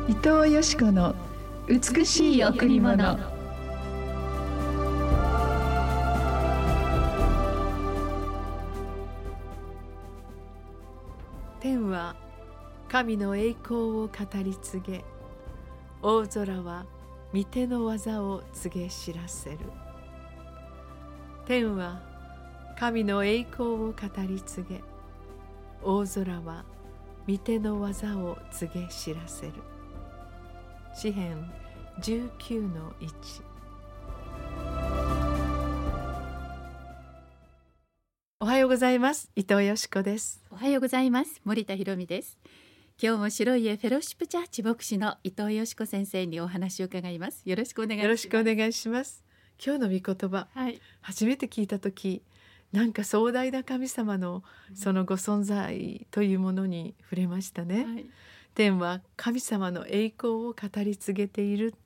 伊藤よし子の美しい贈り物。 天は神の栄光を語り継げ、大空は御手の技を告げ知らせる。天は神の栄光を語り継げ、大空は御手の技を告げ知らせる。詩編 19-1。 おはようございます。伊藤よしこです。 おはようございます。森田博美です。今日も白い家フェローシップチャーチ牧師の伊藤よしこ先生にお話を伺います。よろしくお願いします。 よろしくお願いします。今日の御言葉、初めて聞いた時、なんか壮大な神様のそのご存在というものに触れましたね。天は神様の栄光を語り継げているって、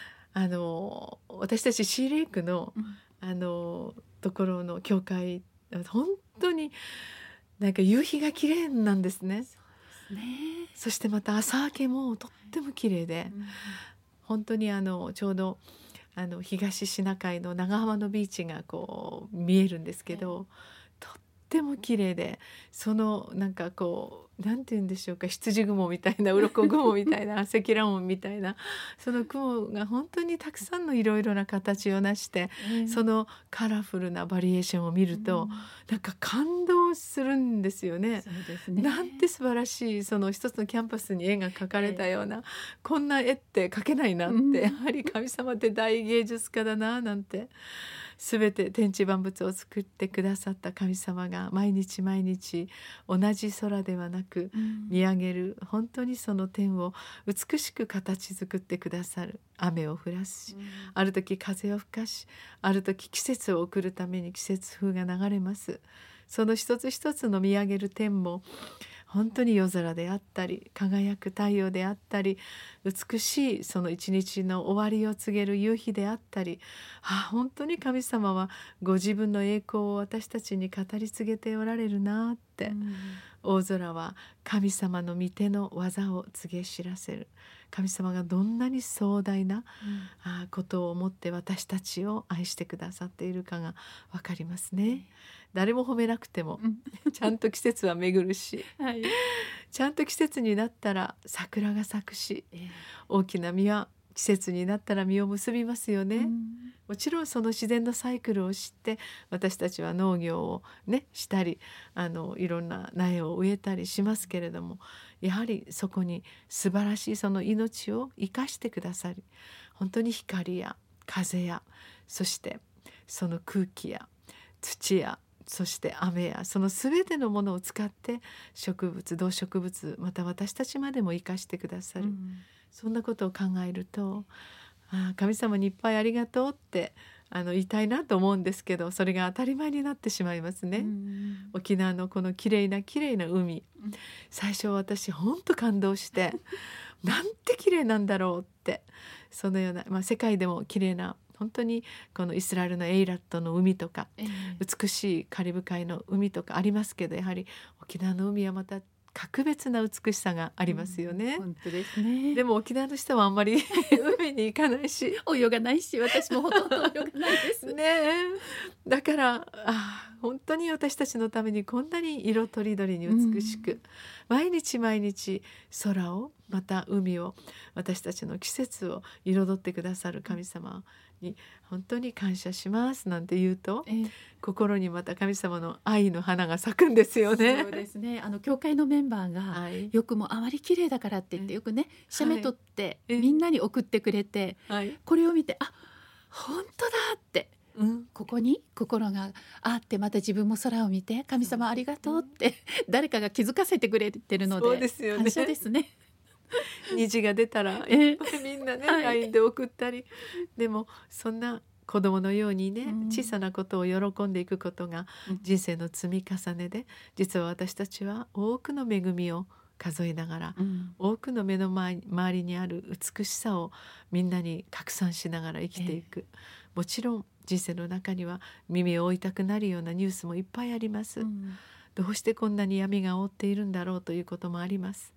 私たちシーレイクの、ところの教会、本当になんか夕日が綺麗なんですね。そしてまた朝明けもとっても綺麗で、本当にちょうど東シナ海の長浜のビーチがこう見えるんですけど、とっても綺麗で、そのなんかこうなんて言うんでしょうか、羊雲みたいな、鱗雲みたいな積乱雲みたいな、その雲が本当にたくさんのいろいろな形をなして、そのカラフルなバリエーションを見ると、なんか感動するんですよね。 そうですね。 なんて素晴らしい、その一つのキャンパスに絵が描かれたような、こんな絵って描けないなって、やはり神様って大芸術家だななんて、すべて天地万物を作ってくださった神様が毎日毎日同じ空ではなく見上げる、本当にその天を美しく形作ってくださる。雨を降らし、ある時風を吹かし、ある時季節を送るために季節風が流れます。その一つ一つの見上げる天も本当に夜空であったり、輝く太陽であったり、美しいその一日の終わりを告げる夕日であったり、本当に神様はご自分の栄光を私たちに語り継げておられるなって、大空は神様の御手の技を告げ知らせる。神様がどんなに壮大な、ことを思って私たちを愛してくださっているかが分かりますね。誰も褒めなくても、ちゃんと季節は巡るし、ちゃんと季節になったら桜が咲くし、大きな実は季節になったら実を結びますよね。もちろんその自然のサイクルを知って私たちは農業をしたり、いろんな苗を植えたりしますけれども、やはりそこに素晴らしいその命を生かしてくださり、本当に光や風や、そしてその空気や土や、そして雨や、その全てのものを使って植物、動植物、また私たちまでも生かしてくださる。そんなことを考えると、神様にいっぱいありがとうって言いたいなと思うんですけど、それが当たり前になってしまいますね。沖縄のこのきれいなきれいな海、最初私本当感動してなんてきれいなんだろうって、そのような、世界でもきれいな、本当にこのイスラエルのエイラットの海とか、美しいカリブ海の海とかありますけど、やはり沖縄の海はまた格別な美しさがありますよね。 本当ですね。 でも沖縄の人はあんまり海に行かないし泳がないし、私もほとんど泳がないですね。だから本当に私たちのためにこんなに色とりどりに美しく、毎日毎日空を、また海を、私たちの季節を彩ってくださる神様に本当に感謝しますなんて言うと、心にまた神様の愛の花が咲くんですよね。 そうですね。教会のメンバーが、よくもあまり綺麗だからって言って、よくね写メ撮って、みんなに送ってくれて、これを見て本当だって、ここに心があって、また自分も空を見て神様ありがとうって、誰かが気づかせてくれてるので、 そうですよね、 感謝ですね。 虹が出たらいっぱいみんなね、LINE で送ったり、でもそんな子供のようにね、小さなことを喜んでいくことが人生の積み重ねで、実は私たちは多くの恵みを数えながら、多くの目の周りにある美しさをみんなに拡散しながら生きていく。もちろん人生の中には耳を覆いたくなるようなニュースもいっぱいあります。どうしてこんなに闇が覆っているんだろうということもあります。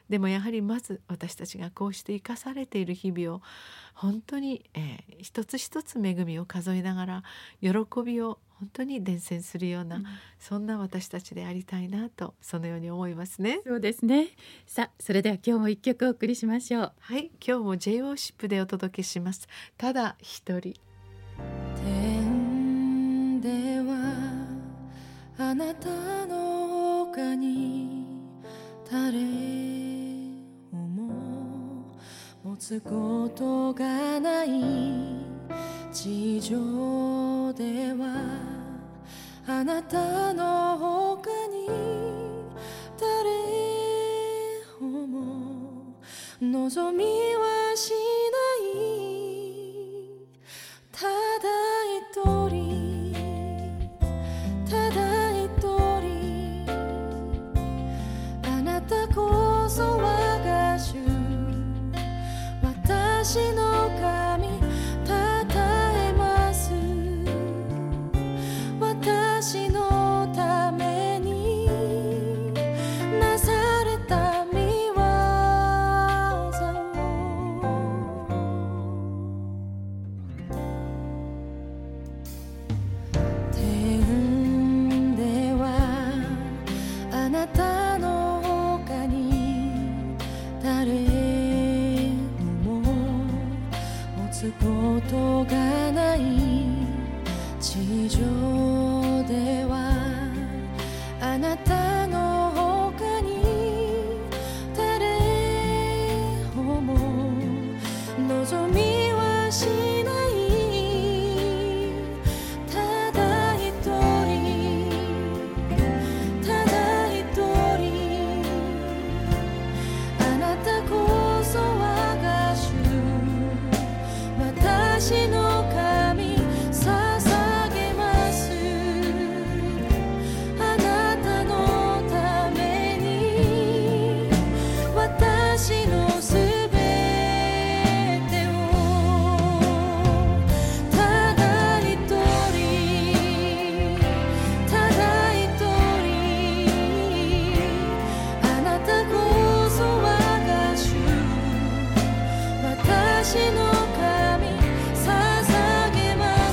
でもやはりまず私たちがこうして生かされている日々を本当に、一つ一つ恵みを数えながら喜びを本当に伝染するような、そんな私たちでありたいなとそのように思いますね。 そうですね。さあ、それでは今日も一曲お送りしましょう。 はい、今日も J ウォーシップでお届けします。ただ一人。 天ではあなたの他に誰をも持つことがない。地上ではあなたの他に誰をも望みはしない。ただ一人、ただ一人、あなたこそ我が主、私の神、たたえます。私のためになされた御業を。天ではあなたの他に誰も持つことがない。地上ではあなたの他に誰をも望みはしない。ただ一人、ただ一人、あなたこそ我が主、私の神、捧げます。あなたのために私のすべてを。ただ一人、ただ一人、あなたこそ我が主、私の神、捧げます。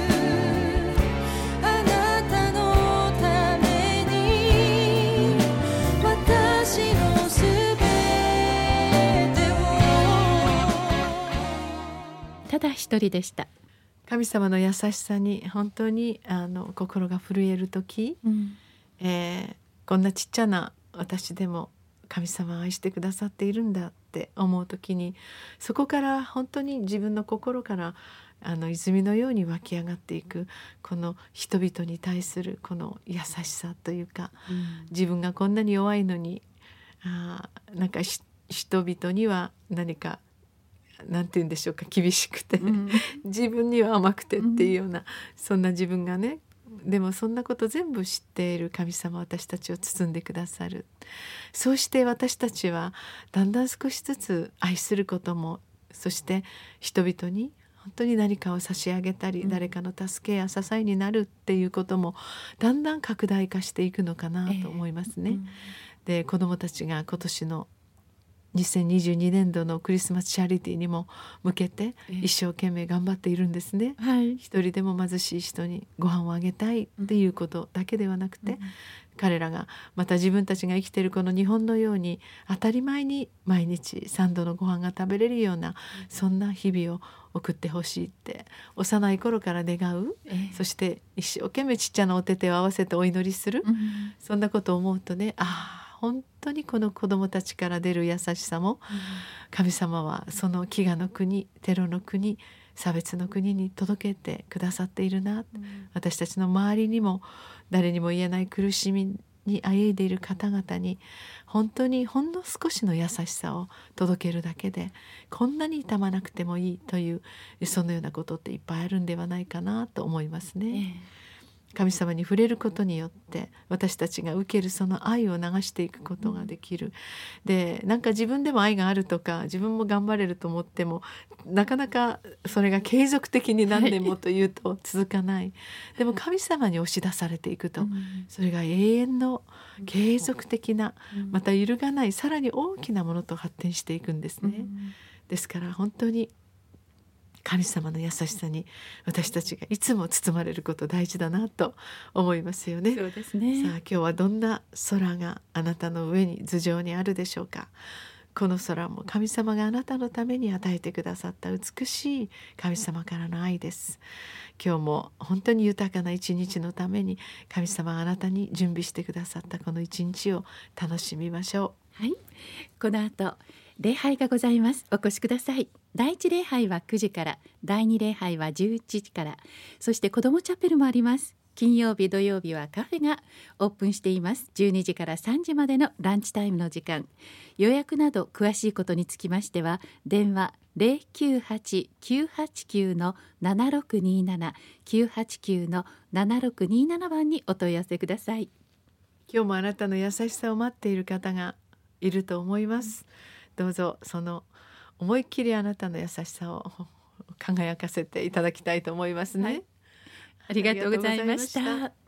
あなたのために私のすべてを。 ただ一人でした。 神様の優しさに本当に心が震える時、こんなちっちゃな私でも神様を愛してくださっているんだって思う時に、そこから本当に自分の心から泉のように湧き上がっていくこの人々に対するこの優しさというか、自分がこんなに弱いのになんか人々には何かなんて言うんでしょうか、厳しくて、自分には甘くてっていうような、そんな自分がね、でもそんなこと全部知っている神様、私たちを包んでくださる。そうして私たちはだんだん少しずつ愛することも、そして人々に本当に何かを差し上げたり、誰かの助けや支えになるっていうこともだんだん拡大化していくのかなと思いますね。で、子どもたちが今年の2022年度のクリスマスチャリティーにも向けて一生懸命頑張っているんですね。一人でも貧しい人にご飯をあげたいっていうことだけではなくて、彼らがまた自分たちが生きているこの日本のように当たり前に毎日3度のご飯が食べれるような、そんな日々を送ってほしいって幼い頃から願う、そして一生懸命ちっちゃなお手手を合わせてお祈りする、そんなことを思うとね、本当にこの子どもたちから出る優しさも、神様はその飢餓の国、テロの国、差別の国に届けてくださっているな、私たちの周りにも誰にも言えない苦しみにあえいでいる方々に本当にほんの少しの優しさを届けるだけで、こんなに痛まなくてもいいという、そのようなことっていっぱいあるんではないかなと思いますね。 神様に触れることによって私たちが受けるその愛を流していくことができる。でなんか自分でも愛があるとか自分も頑張れると思ってもなかなかそれが継続的に何年もというと続かない、でも神様に押し出されていくと、それが永遠の継続的な、また揺るがないさらに大きなものと発展していくんですね。ですから本当に神様の優しさに私たちがいつも包まれること大事だなと思いますよね。 そうですね。 さあ今日はどんな空があなたの上に頭上にあるでしょうか。この空も神様があなたのために与えてくださった美しい神様からの愛です。今日も本当に豊かな一日のために神様があなたに準備してくださったこの一日を楽しみましょう。はい、この後礼拝がございます。お越しください。第一礼拝は9時から、第二礼拝は11時から、そして子どもチャペルもあります。金曜日土曜日はカフェがオープンしています。12時から3時までのランチタイムの時間。予約など詳しいことにつきましては電話 098-989-7627 989-7627 番にお問い合わせください。 今日もあなたの優しさを待っている方がいると思います。どうぞその思いっきりあなたの優しさを輝かせていただきたいと思いますね。 はい、ありがとうございました。